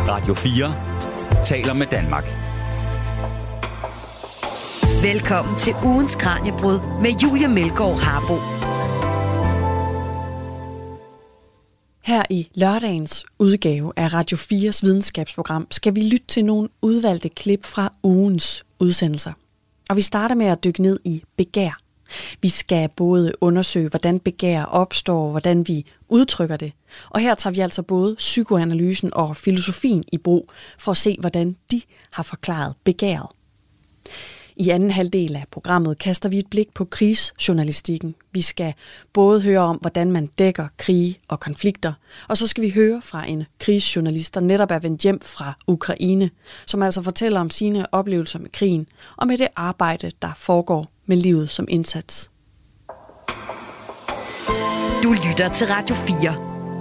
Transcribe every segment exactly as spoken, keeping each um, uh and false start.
Radio fire taler med Danmark. Velkommen til ugens Kraniebrud med Julie Melgaard Harbo. Her i lørdagens udgave af Radio fires videnskabsprogram skal vi lytte til nogle udvalgte klip fra ugens udsendelser. Og vi starter med at dykke ned i begær. Vi skal både undersøge, hvordan begær opstår, hvordan vi udtrykker det. Og her tager vi altså både psykoanalysen og filosofien i brug for at se, hvordan de har forklaret begæret. I anden halvdel af programmet kaster vi et blik på krigsjournalistikken. Vi skal både høre om, hvordan man dækker krige og konflikter, og så skal vi høre fra en krigsjournalist, der netop er vendt hjem fra Ukraine, som altså fortæller om sine oplevelser med krigen og med det arbejde, der foregår med livet som indsats. Du lytter til Radio fire.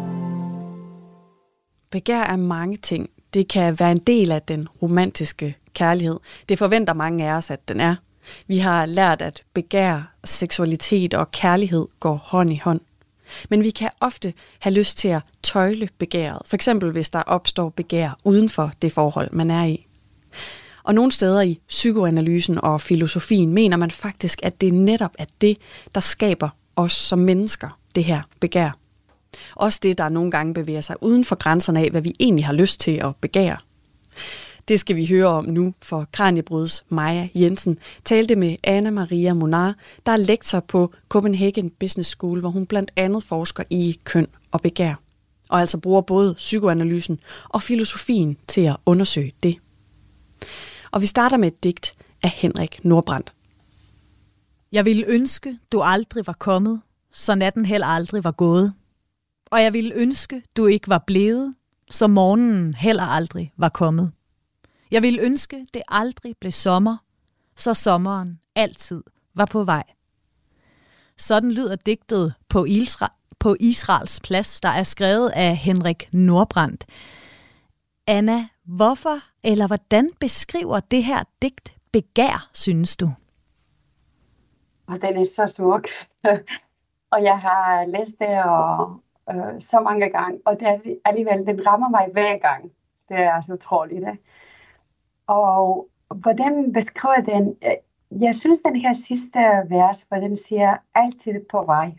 Begær er mange ting. Det kan være en del af den romantiske kærlighed. Det forventer mange af os, at den er. Vi har lært, at begær, seksualitet og kærlighed går hånd i hånd. Men vi kan ofte have lyst til at tøjle begæret. For eksempel hvis der opstår begær uden for det forhold, man er i. Og nogle steder i psykoanalysen og filosofien mener man faktisk, at det netop er det, der skaber os som mennesker, det her begær. Også det, der nogle gange bevæger sig uden for grænserne af, hvad vi egentlig har lyst til at begære. Det skal vi høre om nu, for Kraniebruds Maja Jensen talte med Anna Maria Monar, der er lektor på Copenhagen Business School, hvor hun blandt andet forsker i køn og begær. Og altså bruger både psykoanalysen og filosofien til at undersøge det. Og vi starter med et digt af Henrik Nordbrandt. Jeg ville ønske, du aldrig var kommet, så natten heller aldrig var gået. Og jeg ville ønske, du ikke var blevet, så morgenen heller aldrig var kommet. Jeg ville ønske, det aldrig blev sommer, så sommeren altid var på vej. Sådan lyder digtet på, Isra- på Israels plads, der er skrevet af Henrik Nordbrandt. Anna, hvorfor eller hvordan beskriver det her digt begær, synes du? Og den er så smuk. Og jeg har læst det og, øh, så mange gange, og det er alligevel, den rammer mig hver gang. Det er så utroligt, det. Og hvordan beskriver den? Jeg synes, den her sidste vers, hvor den siger, altid på vej.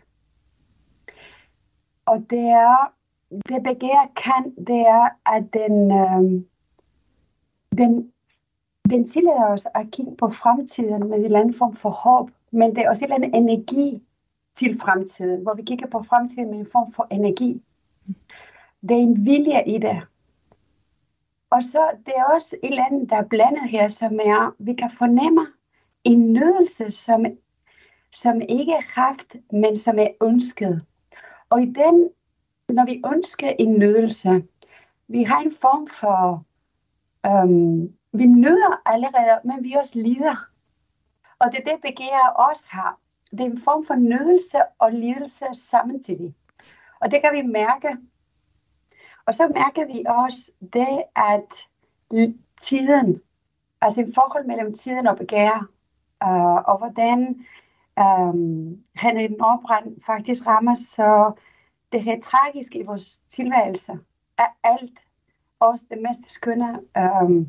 Og det er, det begær kan, det er, at den, øh, den, den tillader os at kigge på fremtiden med en eller anden form for håb, men det er også en eller anden energi til fremtiden, hvor vi kigger på fremtiden med en form for energi. Det er en vilje i det. Og så det er også et eller andet, der er blandet her, som er, vi kan fornemme en nydelse, som, som ikke er haft, men som er ønsket. Og i den, når vi ønsker en nydelse, vi har en form for, øhm, vi nyder allerede, men vi også lider. Og det er det, begær også har. Det er en form for nydelse og lidelse samtidig. Og det kan vi mærke. Og så mærker vi også det, at tiden, altså en forhold mellem tiden og begær, uh, og hvordan um, Henrik Nordbrandt faktisk rammer så det her tragiske i vores tilværelse, er alt, også det mest skønne, um,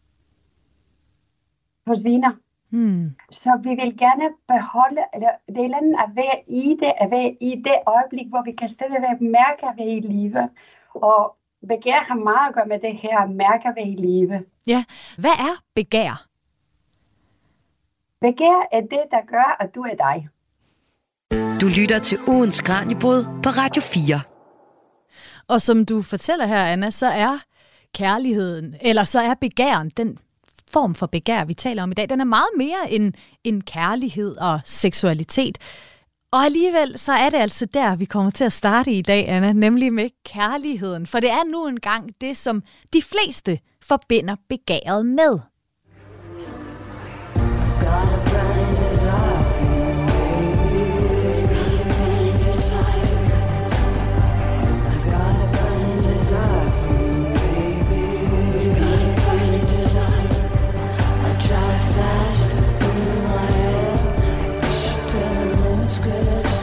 forsvinder. Hmm. Så vi vil gerne beholde, eller det er et eller andet at være i det, at være i det øjeblik, hvor vi kan stadigvæk mærke at være i live. Og begær har meget at gøre med det her at mærke at være i live. Ja, hvad er begær? Begær er det, der gør, at du er dig. Du lytter til ugens Kraniebrud på Radio fire. Og som du fortæller her, Anna, så er kærligheden, eller så er begæren, den form for begær, vi taler om i dag, den er meget mere end, end kærlighed og seksualitet. Og alligevel, så er det altså der, vi kommer til at starte i dag, Anna, nemlig med kærligheden. For det er nu engang det, som de fleste forbinder begæret med.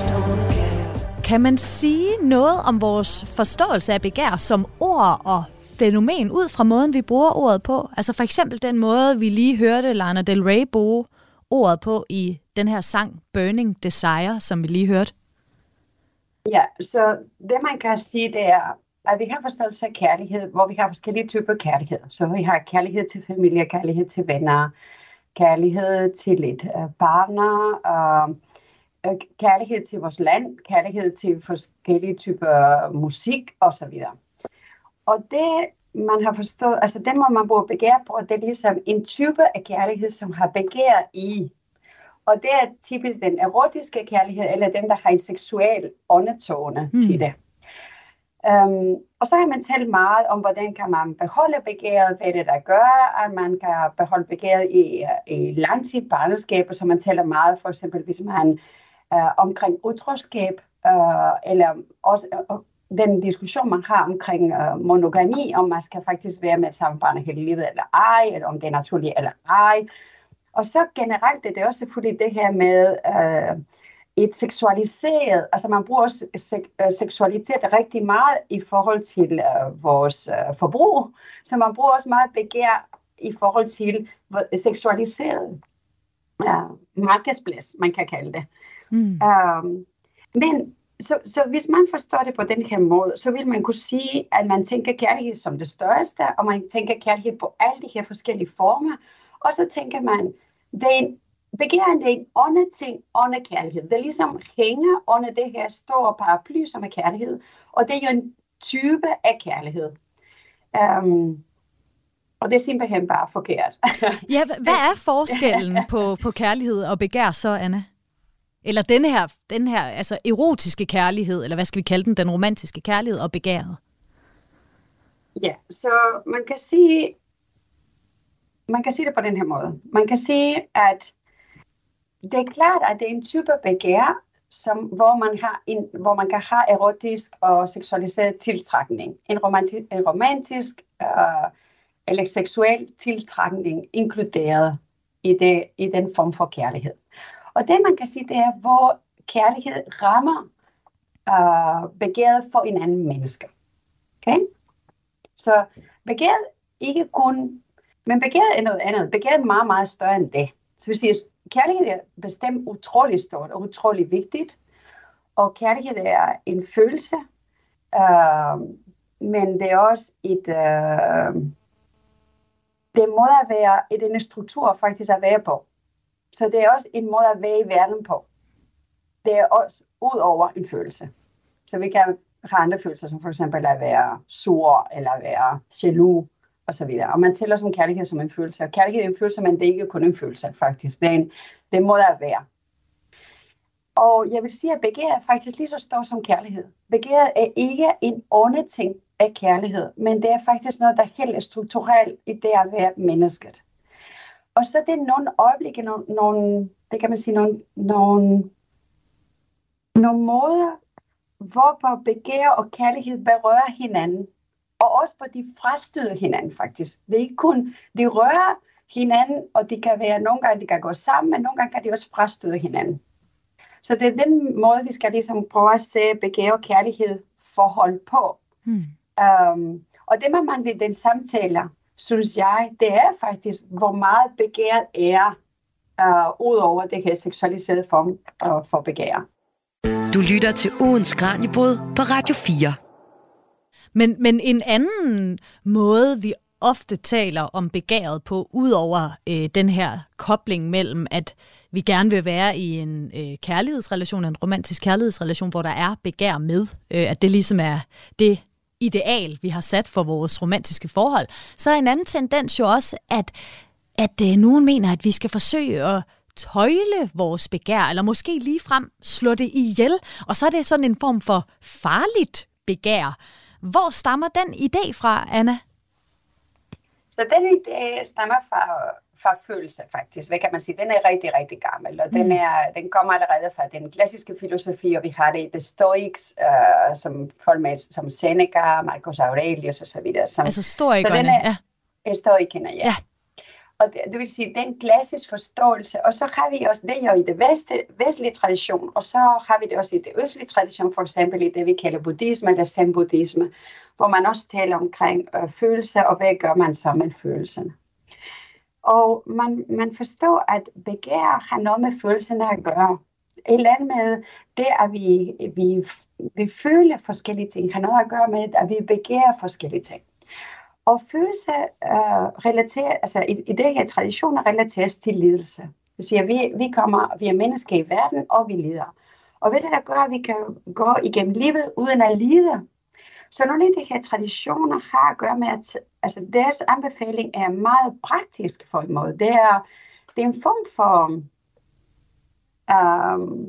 Kan man sige noget om vores forståelse af begær som ord og fænomen ud fra måden, vi bruger ordet på? Altså for eksempel den måde, vi lige hørte Lana Del Rey bruge ordet på i den her sang Burning Desire, som vi lige hørte. Ja, så det man kan sige, det er, at vi har forståelse af kærlighed, hvor vi har forskellige typer kærlighed. Så vi har kærlighed til familie, kærlighed til venner, kærlighed til lidt uh, partner, uh, kærlighed til vores land, kærlighed til forskellige typer musik osv. Og det, man har forstået, altså den må man bruge begær på, det er ligesom en type af kærlighed, som har begær i. Og det er typisk den erotiske kærlighed, eller den, der har en seksuel undertone mm. til det. Um, og så har man talt meget om, hvordan kan man beholde begæret, hvad det der gør, at man kan beholde begæret i, i langtid partnerskaber, så man taler meget, for eksempel hvis man uh, omkring utroskab, uh, eller også uh, den diskussion, man har omkring uh, monogami, om man skal faktisk være med samme partner hele livet eller ej, eller om det er naturligt eller ej. Og så generelt er det også selvfølgelig det her med uh, et seksualiseret, altså man bruger også sek- seksualitet rigtig meget i forhold til uh, vores uh, forbrug, så man bruger også meget begær i forhold til seksualiseret uh, markedsplads, man kan kalde det. Mm. Um, men så, så hvis man forstår det på den her måde, så vil man kunne sige, at man tænker kærlighed som det største, og man tænker kærlighed på alle de her forskellige former, og så tænker man, det er en begæren, det er en åndeting, åndekærlighed. Det ligesom hænger under det her store paraply, som er kærlighed. Og det er jo en type af kærlighed. Um, og det er simpelthen bare forkert. Ja, hvad er forskellen på, på kærlighed og begær så, Anna? Eller den her, den her altså erotiske kærlighed, eller hvad skal vi kalde den, den romantiske kærlighed og begæret? Ja, så man kan sige, man kan sige det på den her måde. Man kan sige, at det er klart, at det er en type begær, som, hvor, man har en, hvor man kan have erotisk og seksualiseret tiltrækning. En romantisk, en romantisk øh, eller seksuel tiltrækning inkluderet i, det, i den form for kærlighed. Og det man kan sige, det er, hvor kærlighed rammer øh, begæret for en anden menneske. Okay? Så begæret ikke kun, men begæret er noget andet. Begæret er meget, meget større end det. Så vi siger, kærlighed er bestemt utrolig stort og utrolig vigtigt, og kærlighed er en følelse, øh, men det er også et, øh, det må at være et, en struktur faktisk at være på. Så det er også en måde at være i verden på. Det er også ud over en følelse. Så vi kan have andre følelser, som for eksempel at være sur, eller at være jaloux, og så videre. Og man tæller som kærlighed som en følelse. Og kærlighed er en følelse, men det er ikke kun en følelse, faktisk. Det er en, det er en måde at være. Og jeg vil sige, at begær er faktisk lige så stort som kærlighed. Begæret er ikke en åndeting af kærlighed, men det er faktisk noget, der er helt strukturelt i det at være mennesket. Og så er det nogle øjeblikke, nogle, nogle, det kan man sige, nogle, nogle, nogle måder, hvorpå begær og kærlighed berører hinanden. Og også hvor de frastøder hinanden faktisk. Det er ikke kun, de rører hinanden, og de kan være, nogle gange de kan gå sammen, men nogle gange kan de også frastøde hinanden. Så det er den måde, vi skal ligesom prøve at se begær og kærlighed forhold på. Hmm. Um, og det man mangler i den samtale, synes jeg, det er faktisk, hvor meget begær er, uh, ud over det her seksualiserede form uh, for begær. Du lytter til ugens Kraniebrud på Radio fire. Men, men en anden måde, vi ofte taler om begæret på, udover øh, den her kobling mellem, at vi gerne vil være i en øh, kærlighedsrelation, en romantisk kærlighedsrelation, hvor der er begær med, øh, at det ligesom er det ideal, vi har sat for vores romantiske forhold, så er en anden tendens jo også, at, at øh, nogen mener, at vi skal forsøge at tøjle vores begær, eller måske ligefrem slå det ihjel, og så er det sådan en form for farligt begær. Hvor stammer den idé fra, Anna? Så den idé stammer fra, fra følelse, faktisk. Hvad kan man sige? Den er rigtig, rigtig gammel, og mm. den, er, den kommer allerede fra den klassiske filosofi, og vi har det i The Stoics, uh, som folk med, som Seneca, Marcus Aurelius og så videre. Som, altså stoikerne, så den er, ja. Stoikerne, ja. ja. Og det, det vil sige, det er en klassisk forståelse. Og så har vi også det jo i det vestlige tradition, og så har vi det også i det østlige tradition, for eksempel i det, vi kalder buddhisme eller zen-buddhisme, hvor man også taler omkring øh, følelser, og hvad gør man så med følelserne. Og man, man forstår, at begær har noget med følelserne at gøre. Et eller andet med det, at vi, vi, vi føler forskellige ting, har noget at gøre med, at vi begærer forskellige ting. Og følelse øh, relaterer, altså i, i det her traditioner relateres til lidelse. Det siger, vi, vi kommer, vi er mennesker i verden, og vi lider. Og ved det, der gør, at vi kan gå igennem livet uden at lide. Så nogle af de her traditioner har at gøre med, at altså, deres anbefaling er meget praktisk for en måde. Det er, det er en form for um,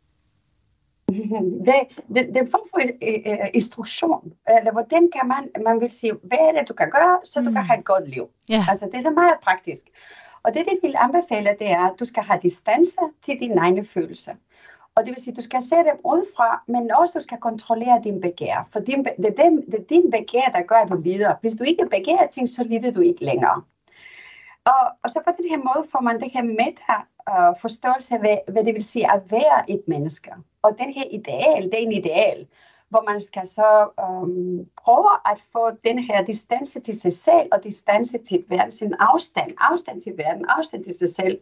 det, det, det er en form for uh, instruktion. Eller hvordan kan man, man vil sige, hvad er det, du kan gøre, så du mm. kan have et godt liv. Yeah. Altså, det er så meget praktisk. Og det, det vil anbefale, det er, at du skal have distance til dine egne følelser. Og det vil sige, at du skal se dem udefra, men også du skal kontrollere din begær. For din, det, er det, det er din begær, der gør, at du lider. Hvis du ikke begærer ting, så lider du ikke længere. Og, og så på den her måde får man det her meta-forståelse af, hvad, hvad det vil sige at være et menneske. Og den her ideal, det er en ideal, hvor man skal så um, prøve at få den her distance til sig selv, og distance til verden, sin afstand, afstand til verden, afstand til sig selv.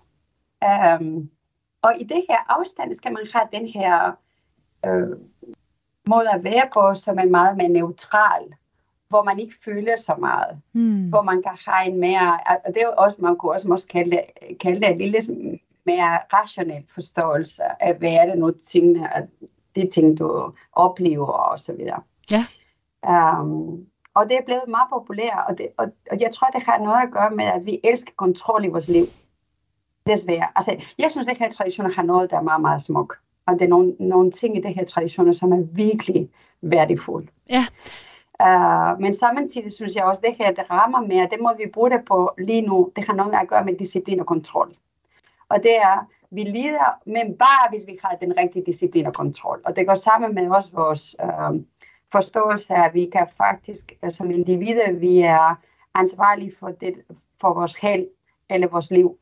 Um, Og i det her afstand skal man have den her øh, måde at være på, som er meget mere neutral, hvor man ikke føler så meget, mm. hvor man kan have en mere, og det er også, man kunne også måske kalde det, kalde det en lille mere rationel forståelse af, hvad er det nu tingene, de ting, du oplever og så videre. Ja. Um, og det er blevet meget populært, og, det, og, og jeg tror, det har noget at gøre med, at vi elsker kontrol i vores liv. Desværre. Altså, jeg synes, at de her traditioner har noget, der er meget, meget smuk. Og det er nogle, nogle ting i de her traditioner, som er virkelig værdifulde. Ja. Uh, men samtidig synes jeg også, at det her, det rammer mere, det må vi bruge det på lige nu. Det har noget at gøre med disciplin og kontrol. Og det er, vi lider, men bare hvis vi har den rigtige disciplin og kontrol. Og det går sammen med også vores uh, forståelse af, at vi kan faktisk, altså, som individer, vi er ansvarlige for, det, for vores held eller vores liv.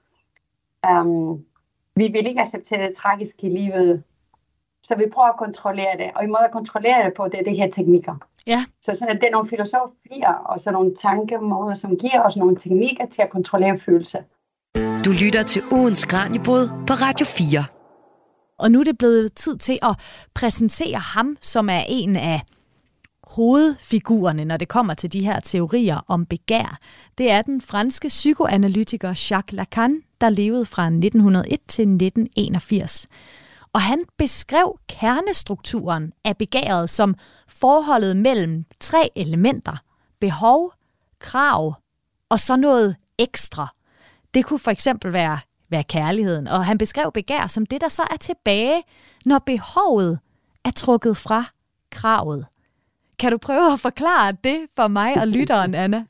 Um, vi vil ikke acceptere det tragiske i livet, så vi prøver at kontrollere det, og i måde at kontrollere det på, det er det her teknikker. Ja. Så sådan, at det er nogle filosofier og så nogle tankemåder, som giver os nogle teknikker til at kontrollere følelser. Du lytter til ugens Kraniebrud på Radio fire. Og nu er det blevet tid til at præsentere ham, som er en af hovedfigurerne, når det kommer til de her teorier om begær. Det er den franske psykoanalytiker Jacques Lacan, der levede fra nitten hundrede og en til nitten enogfirs. Og han beskrev kernestrukturen af begæret som forholdet mellem tre elementer: behov, krav og så noget ekstra. Det kunne for eksempel være, være kærligheden, og han beskrev begær som det, der så er tilbage, når behovet er trukket fra kravet. Kan du prøve at forklare det for mig og lytteren, Anna?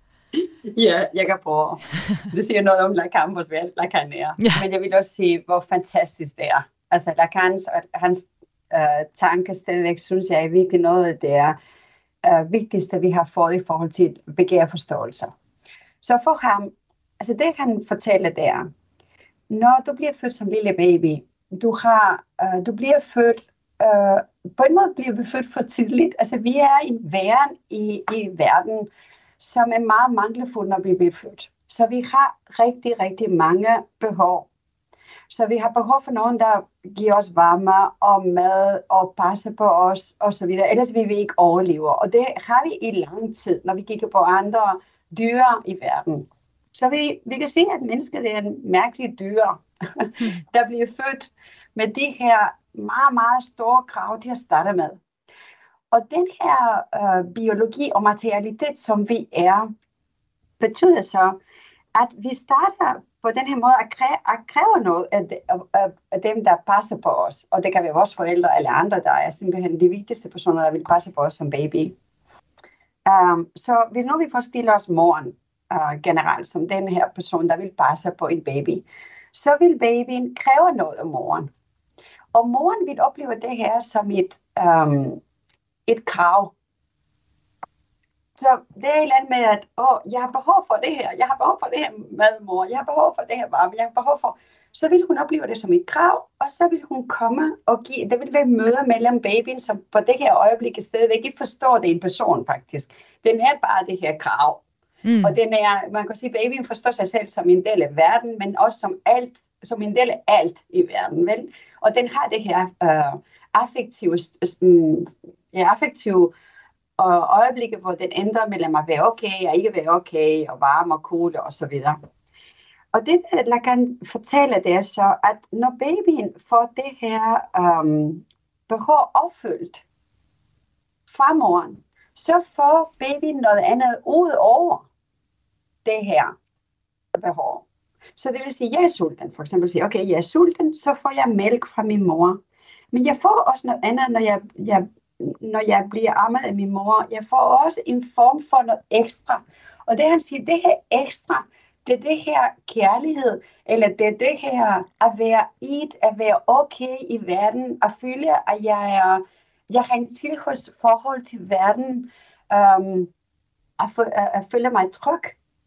Ja, jeg kan prøve. Det siger noget om Lacan, hvor svært Lacan er. Ja. Men jeg vil også sige, hvor fantastisk det er. Altså Lacans og hans øh, tanke stadigvæk, synes jeg er virkelig noget af det er, øh, vigtigste, vi har fået i forhold til begærforståelser. Så for ham, altså det han fortæller der, når du bliver født som lille baby, du, har, øh, du bliver født, øh, på en måde bliver vi født for tidligt. Altså vi er en verden i, i verden, som er meget mangelfuld, når vi bliver født. Så vi har rigtig, rigtig mange behov. Så vi har behov for nogen, der giver os varme og mad og passer på os osv. Ellers vil vi ikke overleve. Og det har vi i lang tid, når vi kigger på andre dyr i verden. Så vi, vi kan sige, at mennesket er en mærkelig dyr, der bliver født med de her meget, meget store krav til at starte med. Og den her øh, biologi og materialitet, som vi er, betyder så, at vi starter på den her måde at kræve, at kræve noget af, de, af, af dem, der passer på os. Og det kan være vores forældre eller andre, der er simpelthen de vigtigste personer, der vil passe på os som baby. Um, så hvis nu vi forestiller os moren uh, generelt, som den her person, der vil passe på en baby, så vil babyen kræve noget af moren. Og moren vil opleve det her som et, um, et krav. Så det er et eller andet med, at åh, jeg har behov for det her, jeg har behov for det her madmor, jeg har behov for det her varme, jeg har behov for... Så vil hun opleve det som et krav, og så vil hun komme og give... Der vil være møder mellem babyen, som på det her øjeblik stadigvæk ikke forstår det en person faktisk. Den er bare det her krav. Mm. Og den er, man kan sige, at babyen forstår sig selv som en del af verden, men også som, alt, som en del af alt i verden. Vel? Og den har det her øh, affektive... Øh, ja, affektive og øjeblikke, hvor den ændrer mellem at være okay og ikke være okay, og varme og kolde og så videre. Og det, jeg kan fortælle, det er så, at når babyen får det her um, behov opfyldt fra moren, så får babyen noget andet ud over det her behov. Så det vil sige, at jeg er sulten. For eksempel sige, okay, jeg er sulten, så får jeg mælk fra min mor. Men jeg får også noget andet, når jeg, jeg når jeg bliver ammet af min mor. Jeg får også en form for noget ekstra. Og det han siger, det her ekstra, det er det her kærlighed, eller det er det her at være i, at være okay i verden, at føle, at jeg, er, jeg har en tilhørsforhold til verden, um, at, at, at føle mig tryg.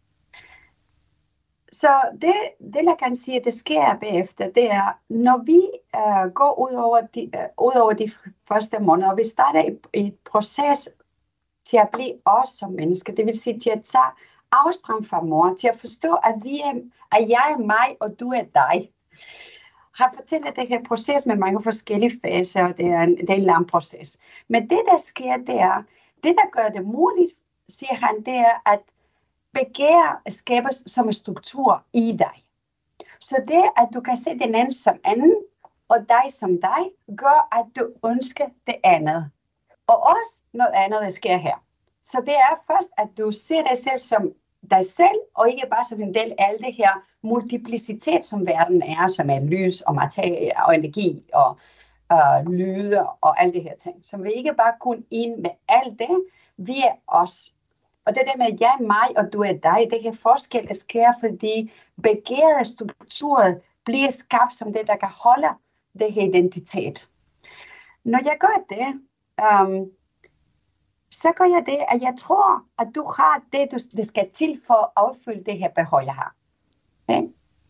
Så det, det jeg kan sige, det sker bagefter, det er, når vi uh, går ud over, de, uh, ud over de første måneder, og vi starter et, et proces til at blive os som mennesker, det vil sige til at tage afstand fra mor, til at forstå, at, vi er, at jeg er mig, og du er dig. Han fortæller det her proces med mange forskellige faser, og det er en, det er en lang proces. Men det, der sker, det er, det, der gør det muligt, siger han, det er, at begær skabes som en struktur i dig. Så det, at du kan se den anden som anden, og dig som dig, gør, at du ønsker det andet. Og også noget andet, der sker her. Så det er først, at du ser dig selv som dig selv, og ikke bare som en del af alt det her multiplicitet, som verden er, som er lys og materie og energi og øh, lyde og alle det her ting. Så vi ikke bare kun ind med alt det, vi er os. Og det der med, at jeg er mig, og du er dig, det her forskel sker, fordi begærede strukturer bliver skabt som det, der kan holde det her identitet. Når jeg gør det, um, så gør jeg det, at jeg tror, at du har det, du, det skal til for at opfylde det her behov, jeg har. Okay?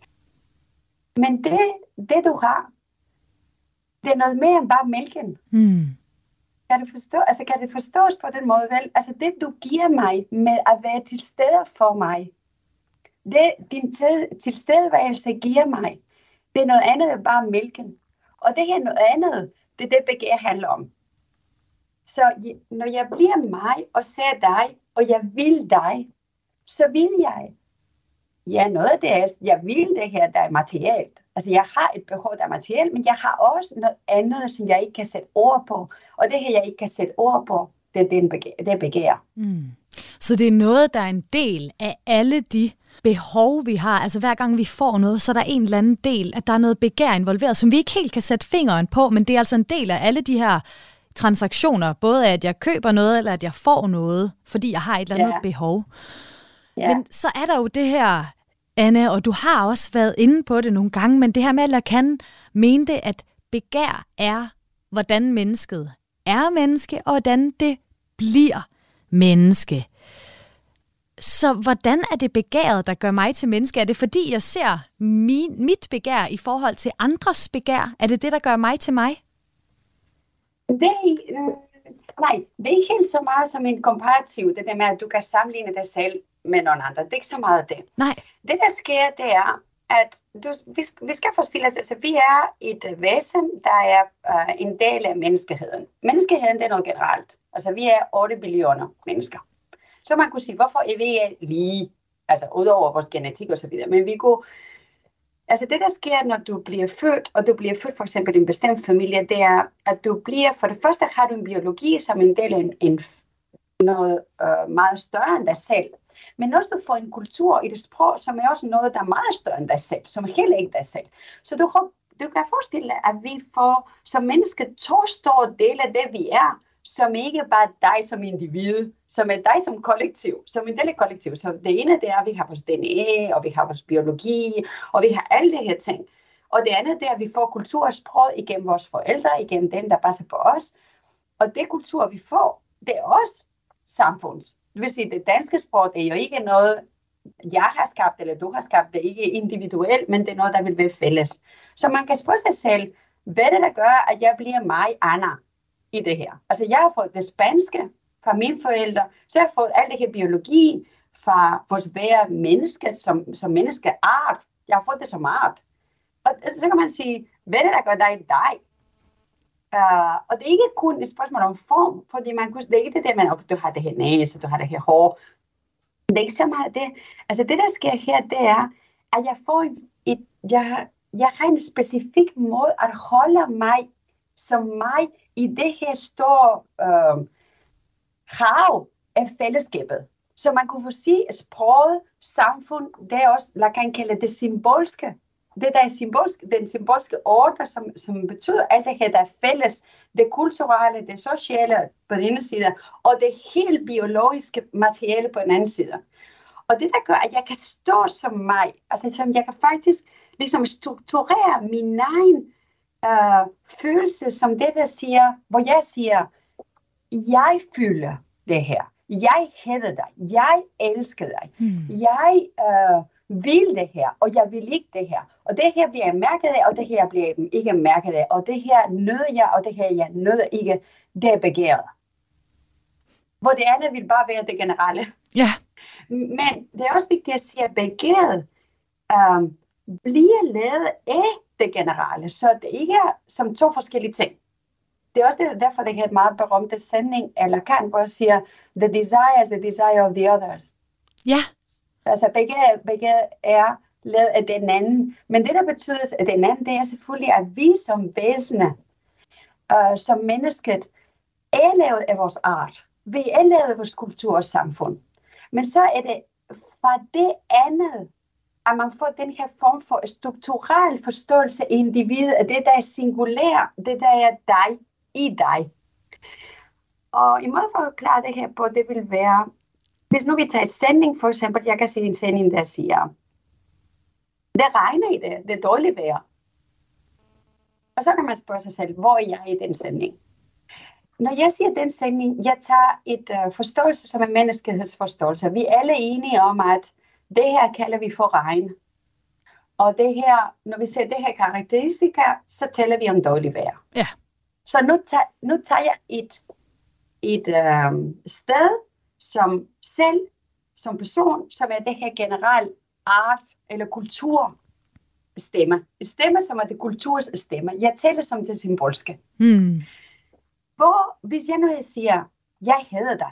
Men det, det, du har, det er noget mere end bare mælken. Mm. Kan det, forstå, altså, kan det forstås på den måde, vel? Altså det, du giver mig med at være til stede for mig, det din til, tilstedeværelse giver mig, det er noget andet end bare mælken. Og det her noget andet, det er det, begær handler om. Så når jeg bliver mig og ser dig, og jeg vil dig, så vil jeg. Ja, noget af det er, jeg vil det her, der er materielt. Altså, jeg har et behov, der er materielt, men jeg har også noget andet, som jeg ikke kan sætte ord på. Og det her, jeg ikke kan sætte ord på, det er det, begær. Det begær. Mm. Så det er noget, der er en del af alle de behov, vi har. Altså, hver gang vi får noget, så er der en eller anden del, at der er noget begær involveret, som vi ikke helt kan sætte fingeren på, men det er altså en del af alle de her transaktioner, både at jeg køber noget, eller at jeg får noget, fordi jeg har et eller andet yeah. behov. Yeah. Men så er der jo det her, Anna, og du har også været inde på det nogle gange, men det her med, at Lacan mente, at begær er, hvordan mennesket er menneske, og hvordan det bliver menneske. Så hvordan er det begæret, der gør mig til menneske? Er det fordi, jeg ser min, mit begær i forhold til andres begær? Er det det, der gør mig til mig? Det er, øh, nej, det er ikke helt så meget som en komparativ, det der med, at du kan sammenligne dig selv med nogen andre. Det er ikke så meget det. Nej. Det, der sker, det er, at du, vi, vi skal forestille os, altså vi er et væsen, der er uh, en del af menneskeheden. Menneskeheden, det er noget generelt. Altså vi er otte billioner mennesker. Så man kunne sige, hvorfor er vi lige, altså udover vores genetik og så videre, men vi kunne, altså det der sker, når du bliver født, og du bliver født for eksempel i en bestemt familie, det er, at du bliver, for det første har du en biologi som en del af en, en, noget uh, meget større end dig selv. Men også du får en kultur i det sprog, som er også noget, der er meget større end dig selv, som er heller ikke dig selv. Så du, du kan forestille dig, at vi får som mennesker to store dele af det, vi er, som ikke bare dig som individ, som er dig som kollektiv, som en del af kollektiv. Så det ene det er, at vi har vores D N A, og vi har vores biologi, og vi har alle de her ting. Og det andet det er, at vi får kultur og sprog igennem vores forældre, igennem dem, der passer på os. Og det kultur, vi får, det er os. samfunds. Det vil sige, det danske sprog, det er jo ikke noget, jeg har skabt, eller du har skabt, det er ikke individuelt, men det er noget, der vil være fælles. Så man kan spørge sig selv, hvad er det, der gør, at jeg bliver mig, Anna, i det her? Altså, jeg har fået det spanske fra mine forældre, så jeg har fået alt det her biologi fra vores være menneske, som, som menneskeart. Jeg har fået det som art. Og så kan man sige, hvad er det, der gør dig dig? Uh, og det er ikke kun et spørgsmål om form, fordi man kunne, det er ikke det der, man, okay, du har det her næse, du har det her hår. Det er ikke så meget det. Altså det, der sker her, det er, at jeg får et, jeg, jeg har en specifik måde at holde mig som mig i det her store øh, hav af fællesskabet. Så man kunne få sige, at sproget, samfund, det er også, lad kan kalde det symbolske. Det der er symbolsk, den symbolske ordre, som, som betyder alt det her, der er fælles, det kulturelle, det sociale på den ene side, og det helt biologiske materiale på den anden side. Og det, der gør, at jeg kan stå som mig, altså som jeg kan faktisk ligesom strukturere min egen øh, følelse, som det, der siger, hvor jeg siger, jeg føler det her, jeg hedder dig, jeg elsker dig, hmm. jeg øh, vil det her, og jeg vil ikke det her. Og det her bliver jeg mærket af, og det her bliver jeg ikke mærket af. Og det her nøder jeg, og det her jeg nøder ikke. Det er begæret. Hvor det andet vil bare være det generelle. Ja. Men det er også vigtigt at sige, at begæret um, bliver lavet af det generelle. Så det ikke er som to forskellige ting. Det er også det, derfor, det er et meget berømte sætning, eller kan, hvor jeg siger, the desire is the desire of the others. Ja. Altså begge, begge er lavet af den anden. Men det, der betyder, at den anden, det er selvfølgelig, at vi som væsener, uh, som mennesket, er lavet af vores art. Vi er lavet af vores kultur og samfund. Men så er det fra det andet, at man får den her form for strukturel forståelse af individet, af det, der er singulær, det, der er dig i dig. Og i måde for at klare det her på, det vil være, hvis nu vi tager en sending, for eksempel, jeg kan se en sending, der siger, det regner i det, det er dårligt vejr. Og så kan man spørge sig selv, hvor er jeg i den sending? Når jeg siger den sending, jeg tager et uh, forståelse, som er menneskehedsforståelse. Vi er alle enige om, at det her kalder vi for regn. Og det her, når vi ser det her karakteristika, så taler vi om dårligt vejr. Ja. Så nu, tager, nu tager jeg et, et uh, sted, som selv, som person, som er det her generelt art eller kultur stemme. Stemme, som er det kulturs stemme. Jeg taler som det symbolske. Hmm. Hvor, hvis jeg nu siger, jeg hader dig.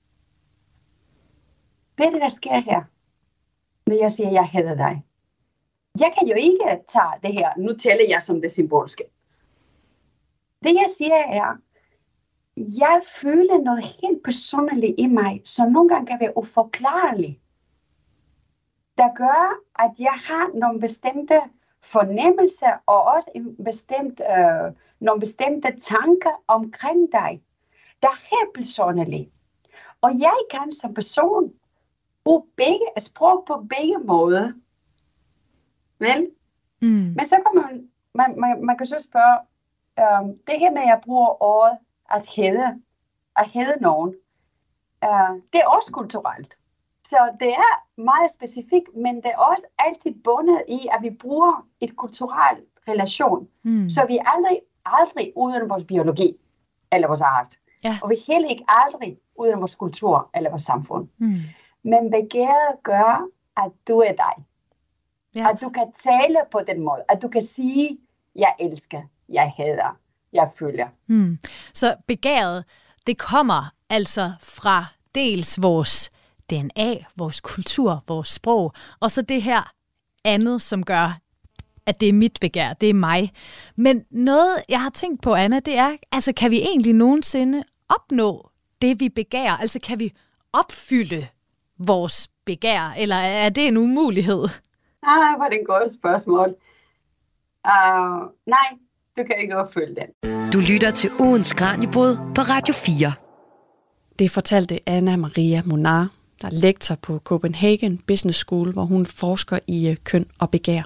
Hvad er det, der sker her, når jeg siger, jeg hader dig? Jeg kan jo ikke tage det her, nu taler jeg som det symbolske. Det jeg siger er, jeg føler noget helt personligt i mig, som nogle gange kan være uforklarligt, der gør, at jeg har nogle bestemte fornemmelser, og også en bestemt, øh, nogle bestemte tanker omkring dig, der er helt personligt. Og jeg kan som person bruge begge, sprog på begge måder. Vel? Mm. Men så kan man, man, man, man kan så spørge, øh, det her med, at jeg bruger ordet at hade, at hade nogen, uh, det er også kulturelt. Så det er meget specifikt, men det er også altid bundet i, at vi bruger et kulturelt relation. Mm. Så vi er aldrig, aldrig uden vores biologi eller vores art. Ja. Og vi er heller ikke aldrig uden vores kultur eller vores samfund. Mm. Men begæret gør, at du er dig. Ja. At du kan tale på den måde. At du kan sige, jeg elsker, jeg hader, jeg føler. Hmm. Så begæret, det kommer altså fra dels vores D N A, vores kultur, vores sprog, og så det her andet, som gør, at det er mit begær, det er mig. Men noget, jeg har tænkt på, Anna, det er, altså kan vi egentlig nogensinde opnå det, vi begærer? Altså kan vi opfylde vores begær, eller er det en umulighed? Nej, hvor er det et godt spørgsmål. Uh, nej, du kan ikke opfylde den. Du lytter til ugens Kraniebrud på Radio fire. Det fortalte Anna Maria Monar, der er lektor på Copenhagen Business School, hvor hun forsker i køn og begær.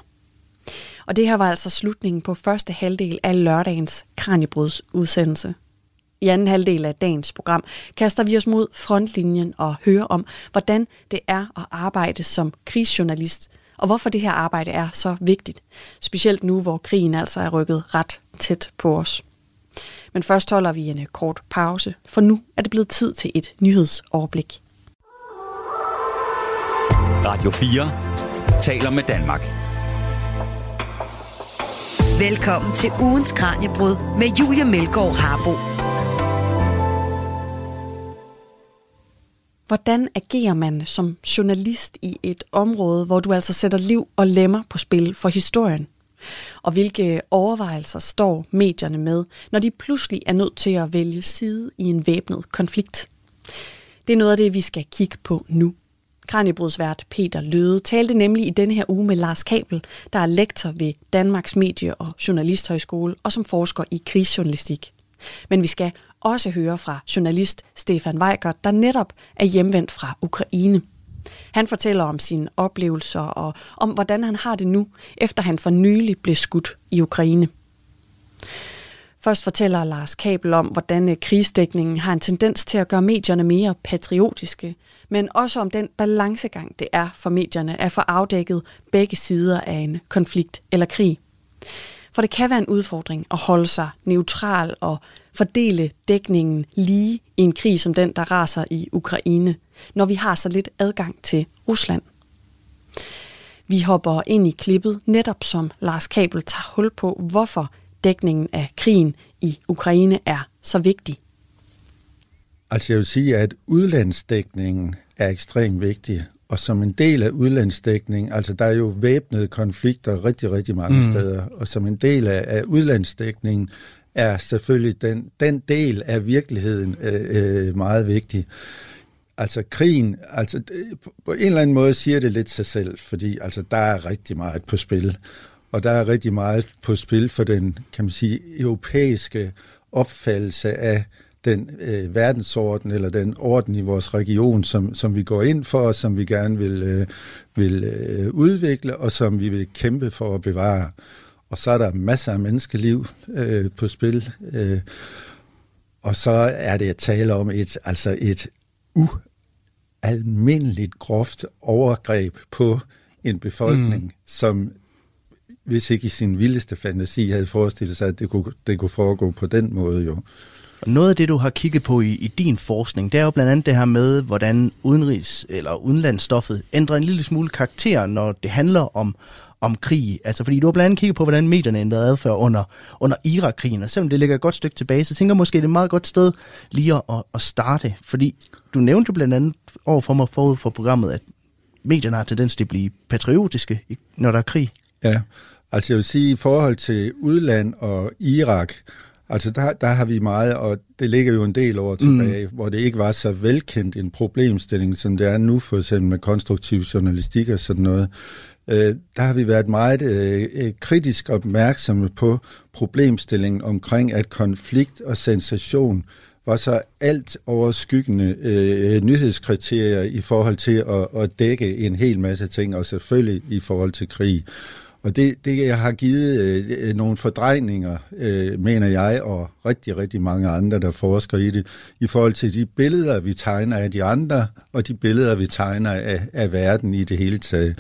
Og det her var altså slutningen på første halvdel af lørdagens Kranjebruds udsendelse. I anden halvdel af dagens program kaster vi os mod frontlinjen og hører om, hvordan det er at arbejde som krigsjournalist, og hvorfor det her arbejde er så vigtigt, specielt nu, hvor krigen altså er rykket ret tæt på os. Men først holder vi en kort pause, for nu er det blevet tid til et nyhedsoverblik. Radio fire taler med Danmark. Velkommen til ugens Kraniebrud med Julie Melgaard Harbo. Hvordan agerer man som journalist i et område, hvor du altså sætter liv og lemmer på spil for historien? Og hvilke overvejelser står medierne med, når de pludselig er nødt til at vælge side i en væbnet konflikt? Det er noget af det, vi skal kigge på nu. Kraniebrudsvært Peter Løde talte nemlig i denne her uge med Lars Kabel, der er lektor ved Danmarks Medie- og Journalisthøjskole og som forsker i krigsjournalistik. Men vi skal også høre fra journalist Stefan Weigert, der netop er hjemvendt fra Ukraine. Han fortæller om sine oplevelser og om, hvordan han har det nu, efter han for nylig blev skudt i Ukraine. Først fortæller Lars Kabel om, hvordan krigsdækningen har en tendens til at gøre medierne mere patriotiske, men også om den balancegang, det er for medierne at få afdækket begge sider af en konflikt eller krig. For det kan være en udfordring at holde sig neutral og fordele dækningen lige i en krig som den, der raser i Ukraine, når vi har så lidt adgang til Rusland. Vi hopper ind i klippet, netop som Lars Kabel tager hul på, hvorfor dækningen af krigen i Ukraine er så vigtig. Altså jeg vil sige, at udlandsdækningen er ekstremt vigtig, og som en del af udlandsdækningen, altså der er jo væbnede konflikter rigtig, rigtig mange mm. steder, og som en del af, af udlandsdækningen er selvfølgelig den, den del af virkeligheden øh, øh, meget vigtig. Altså krigen, altså på en eller anden måde siger det lidt sig selv, fordi altså der er rigtig meget på spil, og der er rigtig meget på spil for den, kan man sige, europæiske opfattelse af den øh, verdensorden eller den orden i vores region, som, som vi går ind for, og som vi gerne vil, øh, vil øh, udvikle, og som vi vil kæmpe for at bevare. Og så er der masser af menneskeliv øh, på spil, øh, og så er det at tale om et, altså et ualmindeligt groft overgreb på en befolkning, mm. som hvis ikke i sin vildeste fantasi havde forestillet sig, at det kunne, det kunne foregå på den måde jo. Og noget af det, du har kigget på i, i din forskning, det er jo blandt andet det her med, hvordan udenrigs- eller udenlandsstoffet ændrer en lille smule karakter, når det handler om, om krig. Altså fordi du har blandt andet kigget på, hvordan medierne ændrede adfærd under, under Irak-krigen, og selvom det ligger et godt stykke tilbage, så tænker jeg måske, det er et meget godt sted lige at, at starte. Fordi du nævnte jo blandt andet overfor mig forud for programmet, at medierne har tendens til at blive patriotiske, når der er krig. Ja, altså jeg vil sige, i forhold til udland og Irak, altså der, der har vi meget, og det ligger jo en del år tilbage, mm. hvor det ikke var så velkendt en problemstilling, som det er nu, for eksempel med konstruktiv journalistik og sådan noget. Øh, der har vi været meget øh, kritisk opmærksomme på problemstillingen omkring, at konflikt og sensation var så alt overskyggende øh, nyhedskriterier i forhold til at, at dække en hel masse ting, og selvfølgelig i forhold til krig. Og det, det har givet øh, nogle fordrejninger, øh, mener jeg, og rigtig, rigtig mange andre, der forsker i det, i forhold til de billeder, vi tegner af de andre, og de billeder, vi tegner af, af verden i det hele taget.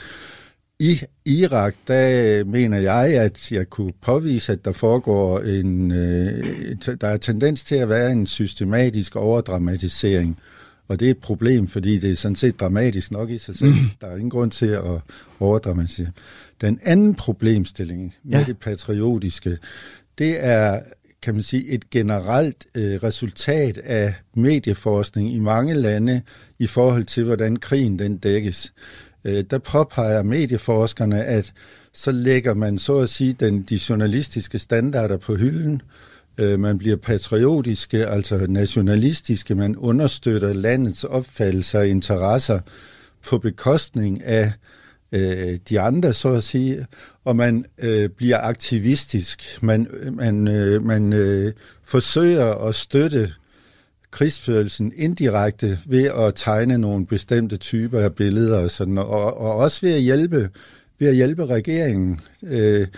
I Irak, der mener jeg, at jeg kunne påvise, at der foregår en, øh, der er tendens til at være en systematisk overdramatisering. Og det er et problem, fordi det er sådan set dramatisk nok i sig selv. Mm. Der er ingen grund til at overdramatisere. Den anden problemstilling med ja. det patriotiske, det er, kan man sige, et generelt øh, resultat af medieforskning i mange lande i forhold til, hvordan krigen den dækkes. Øh, der påpeger medieforskerne, at så lægger man så at sige den, de journalistiske standarder på hylden. Øh, man bliver patriotiske, altså nationalistiske. Man understøtter landets opfattelser og interesser på bekostning af øh, de andre, så at sige. Og man øh, bliver aktivistisk. Man, man, øh, man øh, forsøger at støtte krigsførelsen indirekte ved at tegne nogle bestemte typer af billeder og sådan, og, og også ved at hjælpe ved at hjælpe regeringen øh,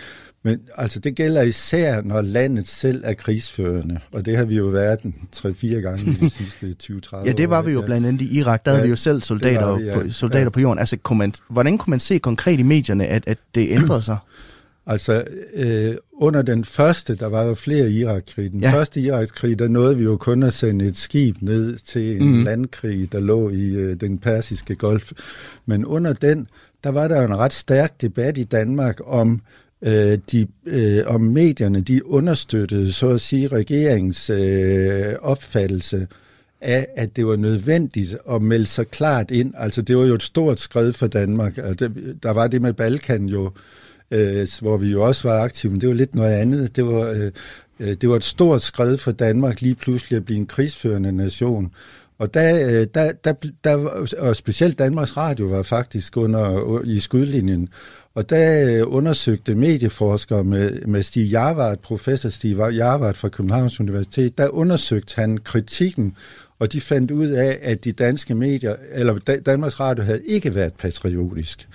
Men altså, det gælder især, når landet selv er krigsførende, og det har vi jo været tre-fire gange i de sidste tyve til tredive år. Ja, det var vi jo blandt andet i Irak, der ja, havde vi jo selv soldater, vi, ja. på, soldater ja. på jorden. Altså, kunne man, hvordan kunne man se konkret i medierne, at, at det ændrede sig? Altså, øh, under den første, der var jo flere Irak-krig. Den ja. første Irak-krig, der nåede vi jo kun at sende et skib ned til en mm. landkrig, der lå i øh, den persiske golf. Men under den, der var der jo en ret stærk debat i Danmark om, øh, de, øh, om medierne, de understøttede, så at sige, regeringens øh, opfattelse af, at det var nødvendigt at melde sig klart ind. Altså, det var jo et stort skred for Danmark. Altså, der var det med Balkan jo, Øh, hvor vi jo også var aktive, men det var lidt noget andet. Det var, øh, det var et stort skred for Danmark lige pludselig at blive en krigsførende nation. Og der, der, der, der og specielt Danmarks Radio var faktisk under i skudlinjen. Og der undersøgte medieforskere med, med Stig Jarvard, professor Stig Jarvard fra Københavns Universitet, der undersøgte han kritikken, og de fandt ud af, at de danske medier, eller Danmarks Radio havde ikke været patriotisk.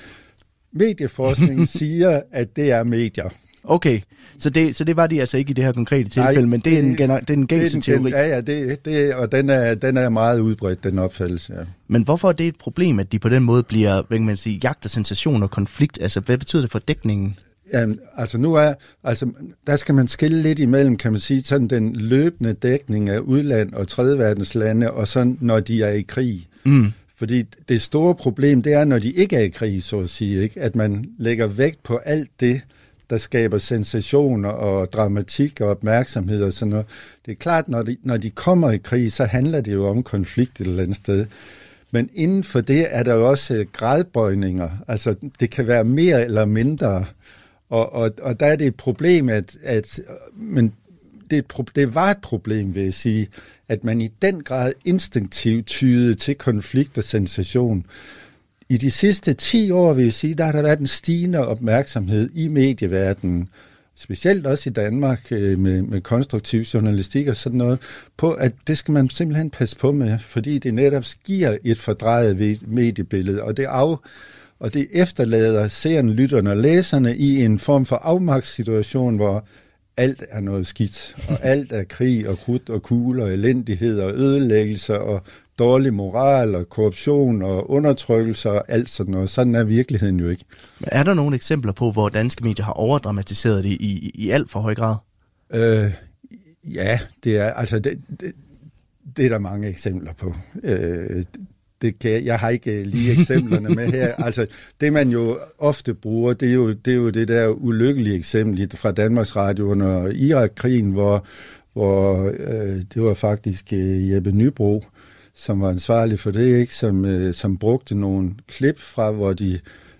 Medieforskningen siger, at det er medier. Okay, så det, så det var de altså ikke i det her konkrete tilfælde, Nej, men det er en, gener, det er en gængse teori. Ja, ja, det, det, og den er, den er meget udbredt, den opfattelse. Ja. Men hvorfor er det et problem, at de på den måde bliver, hvad kan man sige, jagter sensation og konflikt? Altså, hvad betyder det for dækningen? Jamen, altså nu er, altså der skal man skille lidt imellem, kan man sige, sådan den løbende dækning af udland og tredjeverdenslande, og sådan når de er i krig. Mm. Fordi det store problem, det er, når de ikke er i krig, så at sige, ikke? At man lægger vægt på alt det, der skaber sensationer og dramatik og opmærksomhed og sådan noget. Det er klart, når de, når de kommer i krig, så handler det jo om konflikt et eller andet sted. Men inden for det er der jo også gradbøjninger. Altså, det kan være mere eller mindre. Og, og, og der er det et problem, at... at men det, et, det var et problem, vil jeg sige, at man i den grad instinktivt tydede til konflikt og sensation. I de sidste ti år, vil jeg sige, der har der været en stigende opmærksomhed i medieverdenen, specielt også i Danmark med, med konstruktiv journalistik og sådan noget, på at det skal man simpelthen passe på med, fordi det netop giver et fordrejet mediebillede, og det, af, og det efterlader seerne, lytterne og læserne i en form for afmagtssituation, hvor alt er noget skidt, og alt er krig og krudt og kugler og elendighed og ødelæggelser og dårlig moral og korruption og undertrykkelse og alt sådan noget. Sådan er virkeligheden jo ikke. Men er der nogle eksempler på, hvor danske medier har overdramatiseret det i, i, i alt for høj grad? Øh, ja, det er altså det, det, det er der mange eksempler på. Øh, det kan, jeg har ikke lige eksemplerne med her. Altså, det man jo ofte bruger, det er jo det, er jo det der ulykkelige eksempel fra Danmarks Radio under Irak-krigen, hvor, hvor øh, det var faktisk øh, Jeppe Nybro, som var ansvarlig for det, ikke, som, øh, som brugte nogle klip fra, hvor de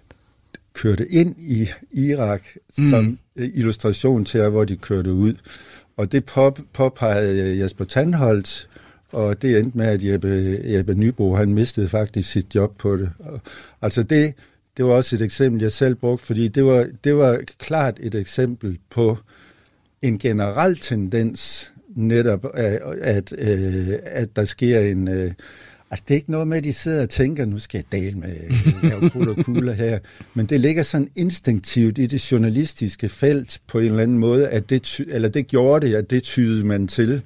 kørte ind i Irak mm. som øh, illustration til, hvor de kørte ud. Og det pop, påpegede Jesper Tandholt, og det endte med, at Jeppe, Jeppe Nybro, han mistede faktisk sit job på det. Altså det, det var også et eksempel, jeg selv brugte, fordi det var, det var klart et eksempel på en generel tendens, netop at, at, at der sker en... Altså det er ikke noget med, at de sidder og tænker, nu skal jeg dele med lave krudt og kugler her, men det ligger sådan instinktivt i det journalistiske felt på en eller anden måde, at det, eller det gjorde det, at det tydede man til.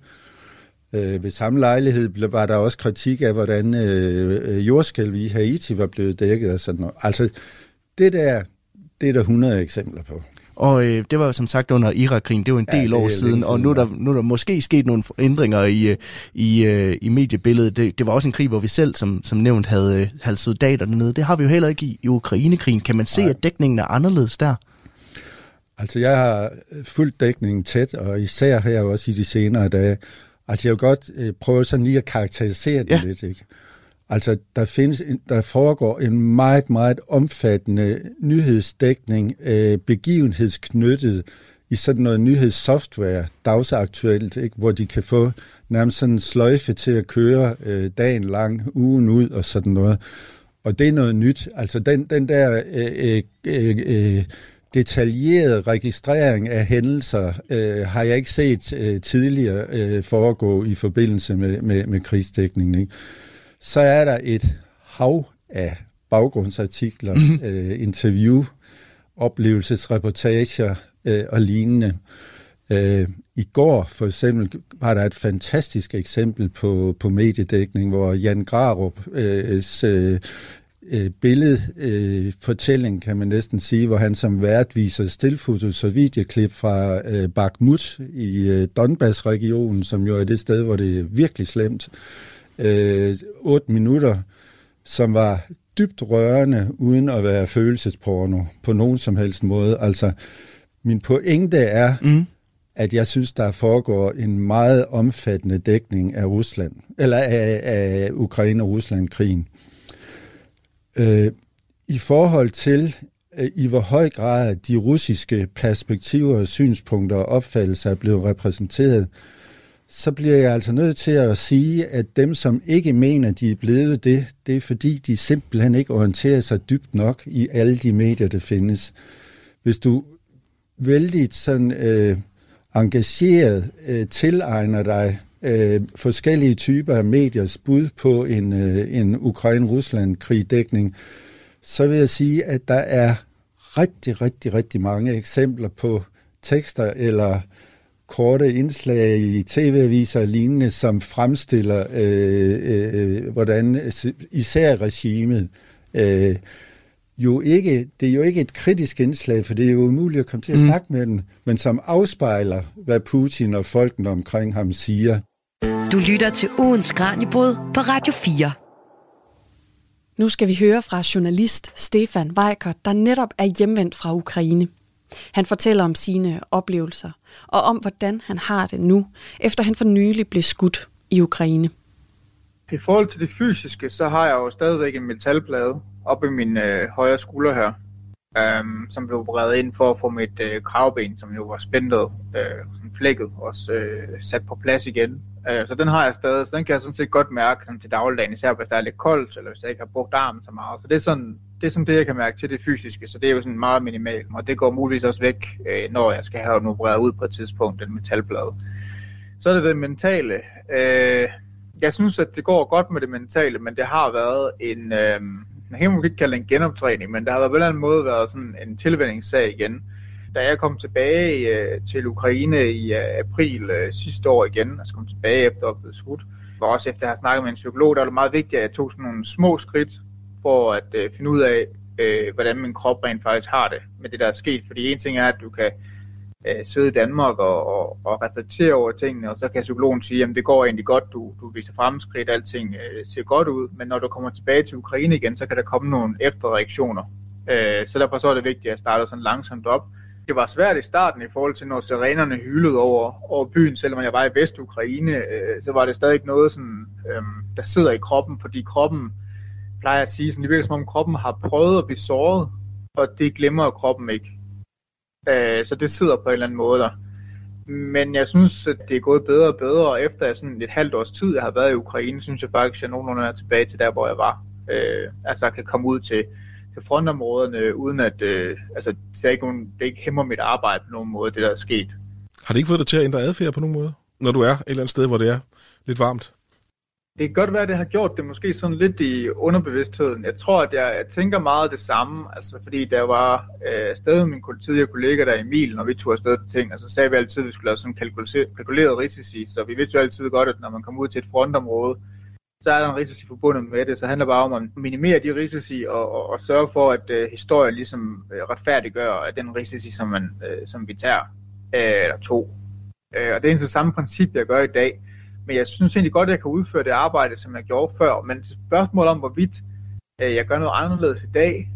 Øh, ved samme lejlighed var der også kritik af, hvordan øh, jordskælv i Haiti var blevet dækket og sådan noget. Altså, det der, det er der hundrede eksempler på. Og øh, det var jo som sagt under Irak-krigen, det var en ja, del år siden, og nu er, der, nu er der måske sket nogle ændringer i, i, øh, i mediebilledet. Det, det var også en krig, hvor vi selv, som, som nævnt, havde, havde soldater dernede. Det har vi jo heller ikke i, i Ukraine-krigen. Kan man se, Nej. At dækningen er anderledes der? Altså, jeg har fulgt dækningen tæt, og især her også i de senere dage. Altså, jeg vil godt øh, prøve sådan lige at karakterisere det ja. lidt, ikke? Altså, der findes, der foregår en meget, meget omfattende nyhedsdækning, øh, begivenhedsknyttet i sådan noget nyhedssoftware, dagsaktuelt, ikke? Hvor de kan få nærmest sådan en sløjfe til at køre øh, dagen lang, ugen ud og sådan noget. Og det er noget nyt. Altså, den, den der... Øh, øh, øh, detaljeret registrering af hændelser øh, har jeg ikke set øh, tidligere øh, foregå i forbindelse med, med, med krigsdækningen. Ikke? Så er der et hav af baggrundsartikler, mm-hmm. øh, interview, oplevelsesreportager, øh, og lignende. Øh, I går for eksempel var der et fantastisk eksempel på, på mediedækning, hvor Jan Grarup øh, øh, billedfortælling, øh, kan man næsten sige, hvor han som vært viser stillfotos og videoklip fra øh, Bakhmut i øh, Donbass-regionen, som jo er det sted, hvor det er virkelig slemt. Øh, otte minutter, som var dybt rørende, uden at være følelsesporno på nogen som helst måde. Altså, min pointe er, mm. at jeg synes, der foregår en meget omfattende dækning af Rusland, eller af, af Ukraine- og Rusland-krigen. Øh, I forhold til, øh, i hvor høj grad de russiske perspektiver, synspunkter og opfattelser er blevet repræsenteret, så bliver jeg altså nødt til at sige, at dem, som ikke mener, de er blevet det, det er fordi, de simpelthen ikke orienterer sig dybt nok i alle de medier, der findes. Hvis du vældig sådan øh, engageret øh, tilegner dig øh, forskellige typer af mediers bud på en, øh, en Ukraine-Rusland-krigdækning, så vil jeg sige, at der er rigtig, rigtig, rigtig mange eksempler på tekster eller korte indslag i tv-aviser og lignende, som fremstiller, øh, øh, hvordan især regimet øh, jo ikke, det er jo ikke et kritisk indslag, for det er jo umuligt at komme til at snakke mm. med den, men som afspejler, hvad Putin og folkene omkring ham siger. Du lytter til ugens Kraniebrud på Radio fire. Nu skal vi høre fra journalist Stefan Weikert, der netop er hjemvendt fra Ukraine. Han fortæller om sine oplevelser, og om hvordan han har det nu, efter han for nylig blev skudt i Ukraine. I forhold til det fysiske, så har jeg jo stadigvæk en metalplade oppe i min øh, højre skulder her, øh, som blev opereret ind for at få mit øh, kravben, som jo var spændet, øh, sådan flækket, også øh, sat på plads igen. Øh, så den har jeg stadig, så den kan jeg sådan set godt mærke sådan, til dagligdagen, især hvis der er lidt koldt, eller hvis jeg ikke har brugt armen så meget. Så det er sådan det, er sådan det jeg kan mærke til det fysiske, så det er jo sådan meget minimalt, og det går muligvis også væk, øh, når jeg skal have den opereret ud på et tidspunkt, den metalplade. Så er det det mentale. Øh, Jeg synes, at det går godt med det mentale, men det har været en, øh, man kan måske ikke kalde det en genoptræning, men det har været på en eller anden måde været sådan en tilvændingssag igen. Da jeg kom tilbage øh, til Ukraine i øh, april øh, sidste år igen, altså kom tilbage efter at blive skudt, og også efter at have snakket med en psykolog, der var det meget vigtigt, at jeg tog sådan nogle små skridt for at øh, finde ud af, øh, hvordan min krop rent faktisk har det med det, der er sket. Fordi en ting er, at du kan øh, sidde i Danmark og, og, og reflektere over tingene, og så kan psykologen sige, at det går egentlig godt, du, du viser fremskridt, alting øh, ser godt ud, men når du kommer tilbage til Ukraine igen, så kan der komme nogle efterreaktioner. Øh, så derfor så er det vigtigt, at jeg starter sådan langsomt op. Det var svært i starten i forhold til, når sirenerne hylede over, over byen, selvom jeg var i Vestukraine, øh, så var det stadig noget, sådan, øh, der sidder i kroppen, fordi kroppen, plejer at sige, sådan, det virker som om kroppen har prøvet at blive såret, og det glemmer kroppen ikke. Øh, så det sidder på en eller anden måde der. Men jeg synes, at det er gået bedre og bedre, og efter sådan et halvt års tid, jeg har været i Ukraine, synes jeg faktisk, at jeg nogenlunde er tilbage til der, hvor jeg var. Øh, altså jeg kan komme ud til til frontområderne, uden at øh, altså, det, er ikke nogen, det ikke hæmmer mit arbejde på nogen måde, det der er sket. Har det ikke fået dig til at ændre adfærd på nogen måde, når du er et eller andet sted, hvor det er lidt varmt? Det kan godt være, at det har gjort det måske sådan lidt i underbevidstheden. Jeg tror, at jeg, jeg tænker meget det samme, altså fordi der var øh, stadig min tidligere kollega der Emil, når vi tog afsted til ting, og så sagde vi altid, at vi skulle lave sådan kalkuleret risici, så vi vidste jo altid godt, at når man kommer ud til et frontområde, så er der en risici forbundet med det, så handler det bare om at minimere de risici og, og, og sørge for, at øh, historien ligesom øh, retfærdiggør at den risici, som, man, øh, som vi tager, øh, eller to. Øh, og det er det samme princip, jeg gør i dag. Men jeg synes egentlig godt, at jeg kan udføre det arbejde, som jeg gjorde før. Men til spørgsmål om, hvorvidt øh, jeg gør noget anderledes i dag,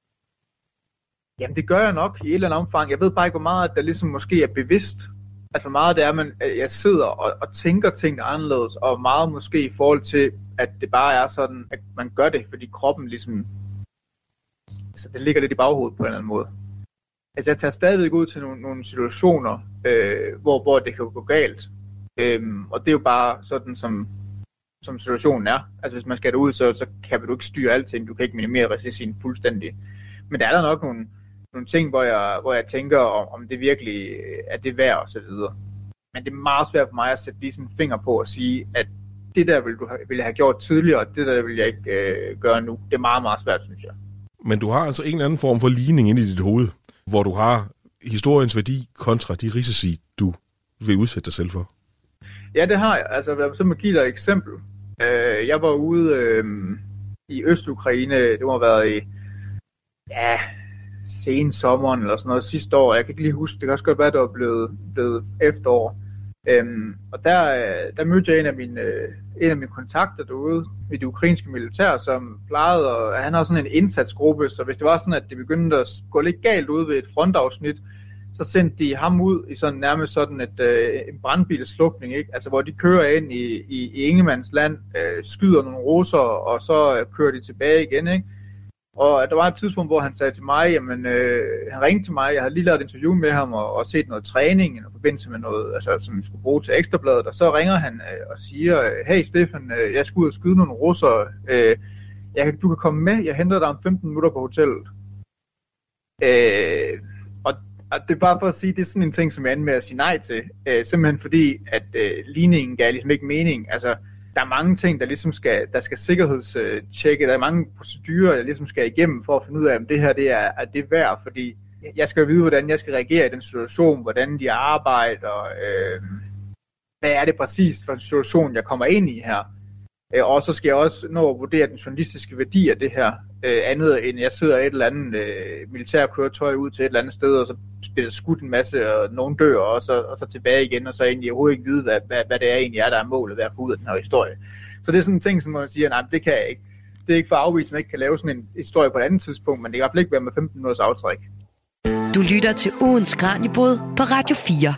jamen det gør jeg nok i et eller andet omfang. Jeg ved bare ikke, hvor meget der ligesom måske er bevidst. Altså meget det er, at jeg sidder og, og tænker ting anderledes, og meget måske i forhold til, at det bare er sådan, at man gør det, fordi kroppen ligesom, altså det ligger lidt i baghovedet på en eller anden måde. Altså jeg tager stadigvæk ud til nogle, nogle situationer, øh, hvor, hvor det kan gå galt, øhm, og det er jo bare sådan, som, som situationen er. Altså hvis man skal derud, så, så kan du ikke styre alting, du kan ikke minimere risicien fuldstændig. Men der er der nok nogle nogle ting, hvor jeg, hvor jeg tænker, om, om det virkelig er det værd og så videre. Men det er meget svært for mig at sætte lige sådan en finger på og sige, at det der ville du have, ville have gjort tidligere, og det der vil jeg ikke øh, gøre nu. Det er meget, meget svært, synes jeg. Men du har altså en eller anden form for ligning inde i dit hoved, hvor du har historiens værdi kontra de risici, du vil udsætte dig selv for? Ja, det har jeg. Altså, så må jeg give dig et eksempel. Øh, jeg var ude øh, i Øst-Ukraine, det må have været i ja, sen sommeren eller sådan noget sidste år. Jeg kan ikke lige huske, det kan også godt være, det var blevet, blevet efterår. Øhm, og der, der mødte jeg en af mine, en af mine kontakter derude i det ukrainske militær, som plejede, og han har sådan en indsatsgruppe, så hvis det var sådan, at det begyndte at gå lidt galt ud ved et frontafsnit, så sendte de ham ud i sådan nærmest sådan et, øh, en brandbilslukning, ikke? Altså hvor de kører ind i, i, i Ingemannsland, øh, skyder nogle russer, og så øh, kører de tilbage igen, ikke? Og der var et tidspunkt, hvor han sagde til mig, jamen øh, han ringte til mig, jeg havde lige lavet et interview med ham og, og set noget træning i forbindelse med noget, altså, som jeg skulle bruge til Ekstrabladet, og så ringer han øh, og siger, hey Stefan, øh, jeg skal ud og skyde nogle russer, øh, jeg, du kan komme med, jeg henter dig om femten minutter på hotellet. Øh, og, og det er bare for at sige, det er sådan en ting, som jeg ender med at sige nej til, øh, simpelthen fordi, at øh, ligningen gav ligesom ikke mening, altså der er mange ting, der ligesom skal, der skal sikkerhedstjekke, der er mange procedurer, der ligesom skal igennem for at finde ud af, om det her det er, er det værd, fordi jeg skal jo vide, hvordan jeg skal reagere i den situation, hvordan de arbejder, øh, hvad er det præcis for en situation, jeg kommer ind i her. Og så skal jeg også nå at vurdere den journalistiske værdi af det her, øh, andet end jeg sidder i et eller andet øh, militærkøretøj ud til et eller andet sted, og så bliver skudt en masse, og nogen dør, og så, og så tilbage igen, og så egentlig overhovedet ikke vide, hvad, hvad, hvad det er egentlig er, der er målet ved at få ud af den her historie. Så det er sådan en ting, som man siger, nej, det kan jeg ikke. Det er ikke for at afvise, at man ikke kan lave sådan en historie på et andet tidspunkt, men det kan i hvert fald ikke være med femten minutters aftræk. Du lytter til ugens Kraniebrud på Radio fire.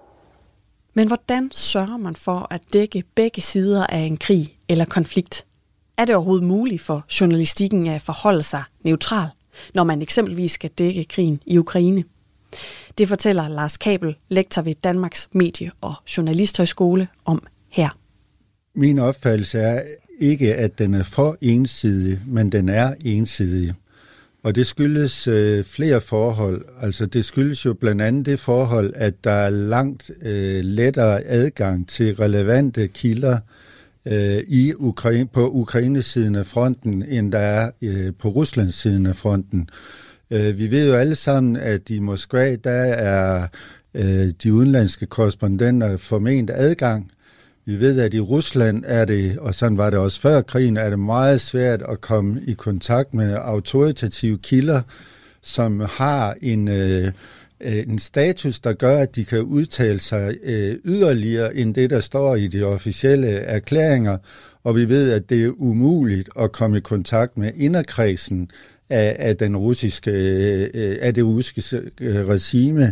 Men hvordan sørger man for at dække begge sider af en krig eller konflikt? Er det overhovedet muligt for journalistikken at forholde sig neutral, når man eksempelvis skal dække krigen i Ukraine? Det fortæller Lars Kabel, lektor ved Danmarks Medie- og Journalisthøjskole, om her. Min opfattelse er ikke, at den er for ensidig, men den er ensidig. Og det skyldes øh, flere forhold. Altså det skyldes jo blandt andet det forhold, at der er langt øh, lettere adgang til relevante kilder øh, i Ukraine, på Ukraines siden af fronten, end der er øh, på Ruslands siden af fronten. Øh, vi ved jo alle sammen, at i Moskva, der er øh, de udenlandske korrespondenter forment adgang. Vi ved, at i Rusland er det, og sådan var det også før krigen, er det meget svært at komme i kontakt med autoritative kilder, som har en, øh, en status, der gør, at de kan udtale sig øh, yderligere end det, der står i de officielle erklæringer. Og vi ved, at det er umuligt at komme i kontakt med inderkredsen af, af, den russiske, øh, af det russiske øh, regime.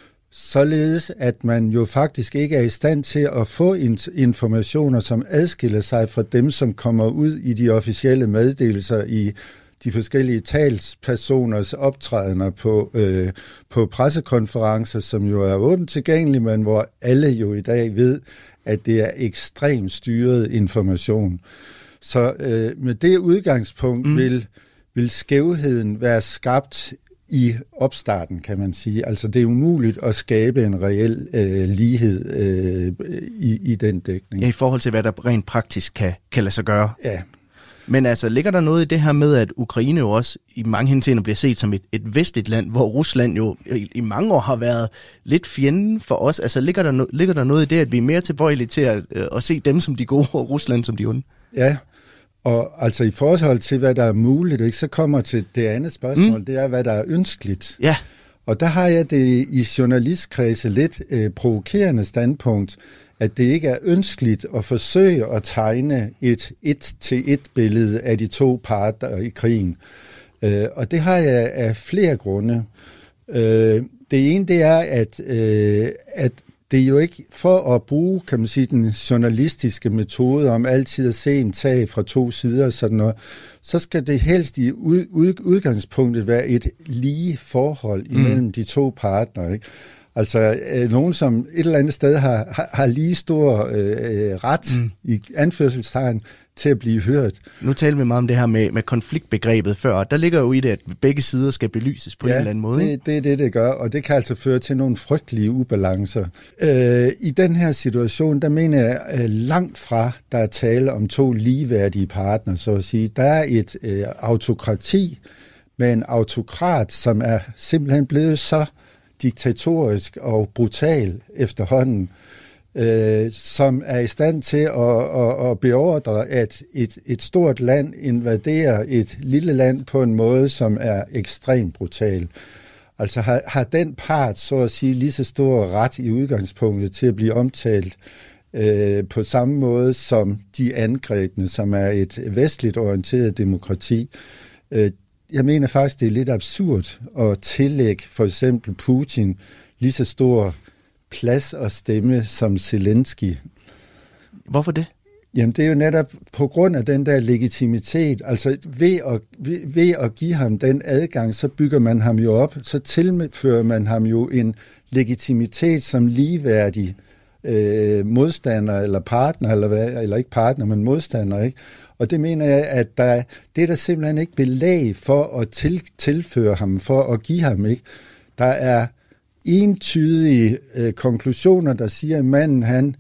Således at man jo faktisk ikke er i stand til at få informationer, som adskiller sig fra dem, som kommer ud i de officielle meddelelser i de forskellige talspersoners optrædener på, øh, på pressekonferencer, som jo er åbent tilgængelige, men hvor alle jo i dag ved, at det er ekstremt styret information. Så øh, med det udgangspunkt mm. vil, vil skævheden være skabt i opstarten, kan man sige. Altså det er umuligt at skabe en reel øh, lighed øh, i, i den dækning. Ja, i forhold til, hvad der rent praktisk kan, kan lade sig gøre. Ja. Men altså, ligger der noget i det her med, at Ukraine jo også i mange henseender bliver set som et, et vestligt land, hvor Rusland jo i, i mange år har været lidt fjenden for os? Altså, ligger der, no, ligger der noget i det, at vi er mere tilbøjelige til at, øh, at se dem som de gode, og Rusland som de onde? Ja, og altså i forhold til, hvad der er muligt, ikke, så kommer til det andet spørgsmål, mm. det er, hvad der er ønskeligt. Ja. Og der har jeg det i journalistkredse lidt øh, provokerende standpunkt, at det ikke er ønskeligt at forsøge at tegne et et-til-et-billede af de to parter i krigen. Øh, og det har jeg af flere grunde. Øh, det ene, det er, at, øh, at det er jo ikke for at bruge, kan man sige, den journalistiske metode om altid at se en sag fra to sider og sådan noget, så skal det helst i ud, ud, udgangspunktet være et lige forhold imellem mm. de to partnere, ikke? Altså øh, nogen, som et eller andet sted har, har, har lige stor øh, ret mm. i anførselstegn til at blive hørt. Nu taler vi meget om det her med, med konfliktbegrebet før. Der ligger jo i det, at begge sider skal belyses på ja, en eller anden måde. Det, det er det, det gør, og det kan altså føre til nogle frygtelige ubalancer. Øh, I den her situation, der mener jeg øh, langt fra, der er tale om to ligeværdige partnere, så at sige. Der er et øh, autokrati med en autokrat, som er simpelthen blevet så diktatorisk og brutal efterhånden, øh, som er i stand til at, at, at beordre, at et, et stort land invaderer et lille land på en måde, som er ekstremt brutal. Altså har, har den part, så at sige, lige så stor ret i udgangspunktet til at blive omtalt øh, på samme måde som de angrebne, som er et vestligt orienteret demokrati. Øh, jeg mener faktisk, det er lidt absurd at tillægge for eksempel Putin lige så stor plads og stemme som Zelensky. Hvorfor det? Jamen, det er jo netop på grund af den der legitimitet. Altså, ved at, ved, ved at give ham den adgang, så bygger man ham jo op, så tilfører man ham jo en legitimitet som ligeværdig øh, modstander eller partner, eller, hvad, eller ikke partner, men modstander, ikke? Og det mener jeg, at der, det er der simpelthen ikke belæg for at til, tilføre ham, for at give ham, ikke? Der er entydige øh, konklusioner, der siger, at manden, han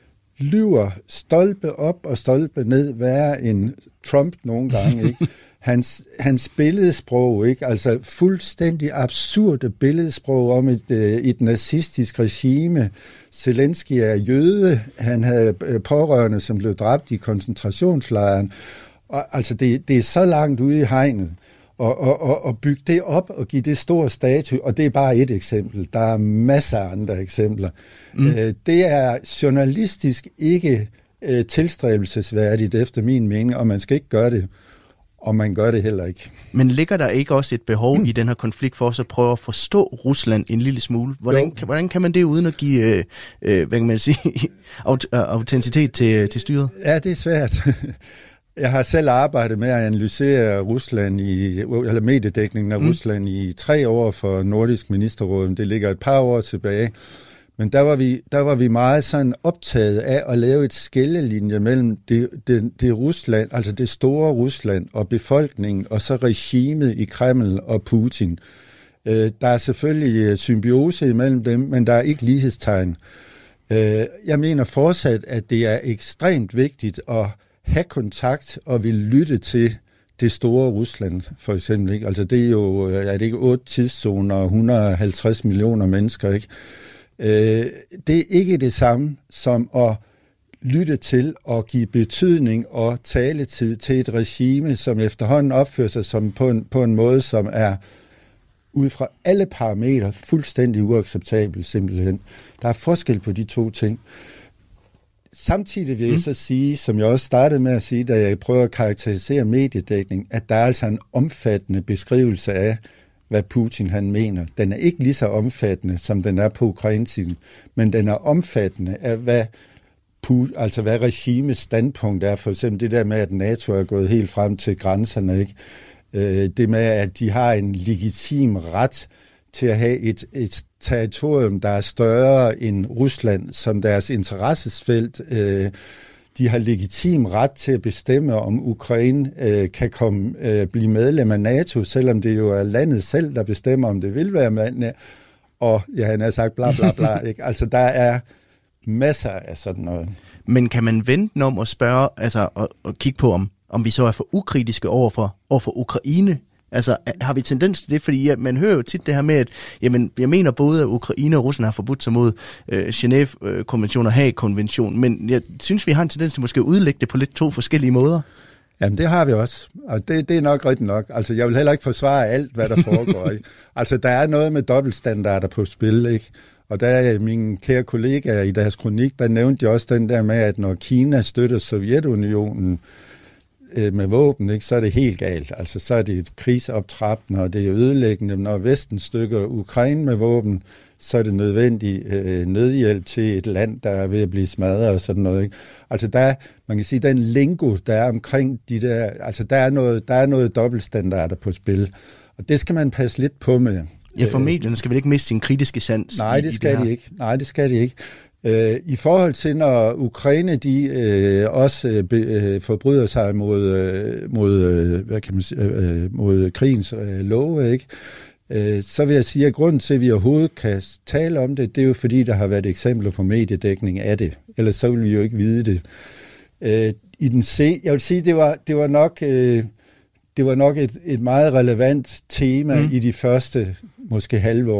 lyver stolpe op og stolpe ned, værre end Trump nogle gange, ikke? Hans, hans billedsprog, ikke? Altså fuldstændig absurde billedsprog om et, et nazistisk regime. Zelensky er jøde, han havde pårørende, som blev dræbt i koncentrationslejren. Og, altså det, det er så langt ude i hegnet. Og, og, og, og bygge det op og give det stor status, og det er bare et eksempel. Der er masser af andre eksempler. Mm. Øh, det er journalistisk ikke øh, tilstræbelsesværdigt efter min mening, og man skal ikke gøre det, og man gør det heller ikke. Men ligger der ikke også et behov mm. i den her konflikt for os at prøve at forstå Rusland en lille smule? Hvordan, kan, hvordan kan man det uden at give øh, øh, hvad kan man sige, autenticitet til, til styret? Ja, det er svært. Jeg har selv arbejdet med at analysere Rusland i, eller mediedækningen af mm. Rusland i tre år for Nordisk Ministerråd. Det ligger et par år tilbage. Men der var vi, der var vi meget sådan optaget af at lave et skillelinje mellem det, det, det Rusland, altså det store Rusland og befolkningen, og så regimet i Kreml og Putin. Øh, der er selvfølgelig symbiose imellem dem, men der er ikke lighedstegn. Øh, jeg mener fortsat, at det er ekstremt vigtigt at have kontakt og vil lytte til det store Rusland, for eksempel. Ikke? Altså det er jo, er det ikke otte tidszoner og et hundrede og halvtreds millioner mennesker, ikke? Øh, det er ikke det samme som at lytte til og give betydning og taletid til et regime, som efterhånden opfører sig som på, en, på en måde, som er ud fra alle parametre fuldstændig uacceptabel, simpelthen. Der er forskel på de to ting. Samtidig vil jeg mm. så sige, som jeg også startede med at sige, da jeg prøver at karakterisere mediedækning, at der er altså en omfattende beskrivelse af, hvad Putin han mener. Den er ikke lige så omfattende, som den er på Ukraine-siden, men den er omfattende af, hvad, altså hvad regimets standpunkt er. For eksempel det der med, at NATO er gået helt frem til grænserne, ikke? Det med, at de har en legitim ret til at have et, et territorium, der er større end Rusland, som deres interessesfelt. De har legitim ret til at bestemme, om Ukraine kan komme, blive medlem af NATO, selvom det jo er landet selv, der bestemmer, om det vil være med. Og ja, han har sagt bla bla bla. Ikke? Altså, der er masser af sådan noget. Men kan man vente om at spørge, altså og, og kigge på, om, om vi så er for ukritiske over for, over for Ukraine? Altså, har vi tendens til det? Fordi ja, man hører jo tit det her med, at jamen, jeg mener både, at Ukraine og Rusland har forbudt sig mod øh, Genève-konvention og Haag-konvention, men jeg synes, vi har en tendens til måske at udlægge det på lidt to forskellige måder. Jamen, det har vi også, og det, det er nok rigtigt nok. Altså, jeg vil heller ikke forsvare alt, hvad der foregår. Ikke? Altså, der er noget med dobbeltstandarder på spil, ikke? Og der er mine kære kollegaer i deres kronik, der nævnte de også den der med, at når Kina støtter Sovjetunionen med våben, ikke, så er det helt galt. Altså, så er det et krigsoptrappende, og det er ødelæggende. Når Vesten stykker Ukraine med våben, så er det nødvendig øh, nødhjælp til et land, der er ved at blive smadret og sådan noget. Ikke? Altså, der er, man kan sige, den lingo, der er omkring de der, altså, der er noget, der er noget dobbeltstandarder på spil. Og det skal man passe lidt på med. Ja, for medierne skal vel ikke miste sin kritiske sans? Nej, det skal de ikke. Nej, det skal de ikke. I forhold til, når Ukraine de øh, også øh, forbryder sig mod, øh, mod, øh, hvad kan man sige, øh, mod krigens øh, love, ikke? Øh, så vil jeg sige, at grunden til, at vi overhovedet kan tale om det, det er jo fordi, der har været eksempler på mediedækning af det. Ellers så vil vi jo ikke vide det. Øh, i den se, jeg vil sige, det var, det var nok, øh, det var nok et, et meget relevant tema mm. i de første, måske halve år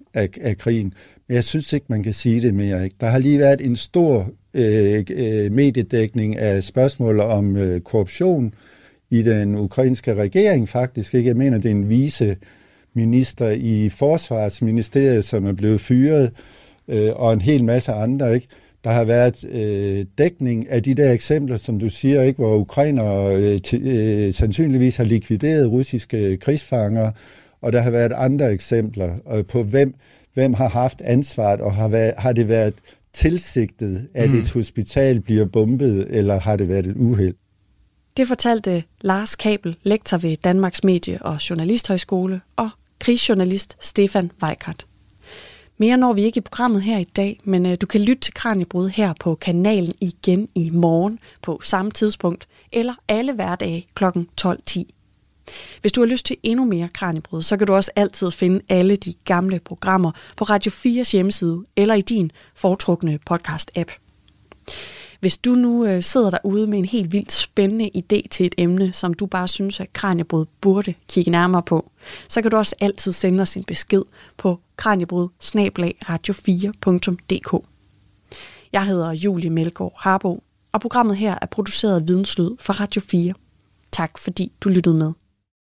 af, af krigen. Men jeg synes ikke, man kan sige det mere. Ikke? Der har lige været en stor øh, øh, mediedækning af spørgsmål om øh, korruption i den ukrainske regering faktisk. Ikke? Jeg mener, det er en viceminister i Forsvarsministeriet, som er blevet fyret, øh, og en hel masse andre, ikke? Der har været øh, dækning af de der eksempler, som du siger, ikke, hvor ukrainere øh, t- øh, sandsynligvis har likvideret russiske krigsfanger, og der har været andre eksempler øh, på, hvem, hvem har haft ansvaret, og har, været, har det været tilsigtet, at mm. et hospital bliver bombet, eller har det været et uheld? Det fortalte Lars Kabel, lektor ved Danmarks Medie- og Journalisthøjskole, og krigsjournalist Stefan Weikart. Mere når vi ikke i programmet her i dag, men øh, du kan lytte til Kraniebrud her på kanalen igen i morgen på samme tidspunkt, eller alle hverdage klokken tolv ti. Hvis du har lyst til endnu mere Kraniebrud, så kan du også altid finde alle de gamle programmer på Radio fires hjemmeside eller i din foretrukne podcast-app. Hvis du nu øh, sidder derude med en helt vildt spændende idé til et emne, som du bare synes, at Kraniebrud burde kigge nærmere på, så kan du også altid sende os en besked på kraniebrud snabel-a radio fire punktum d k. Jeg hedder Julie Melgaard Harbo, og programmet her er produceret af Videnslyd for Radio fire. Tak fordi du lyttede med.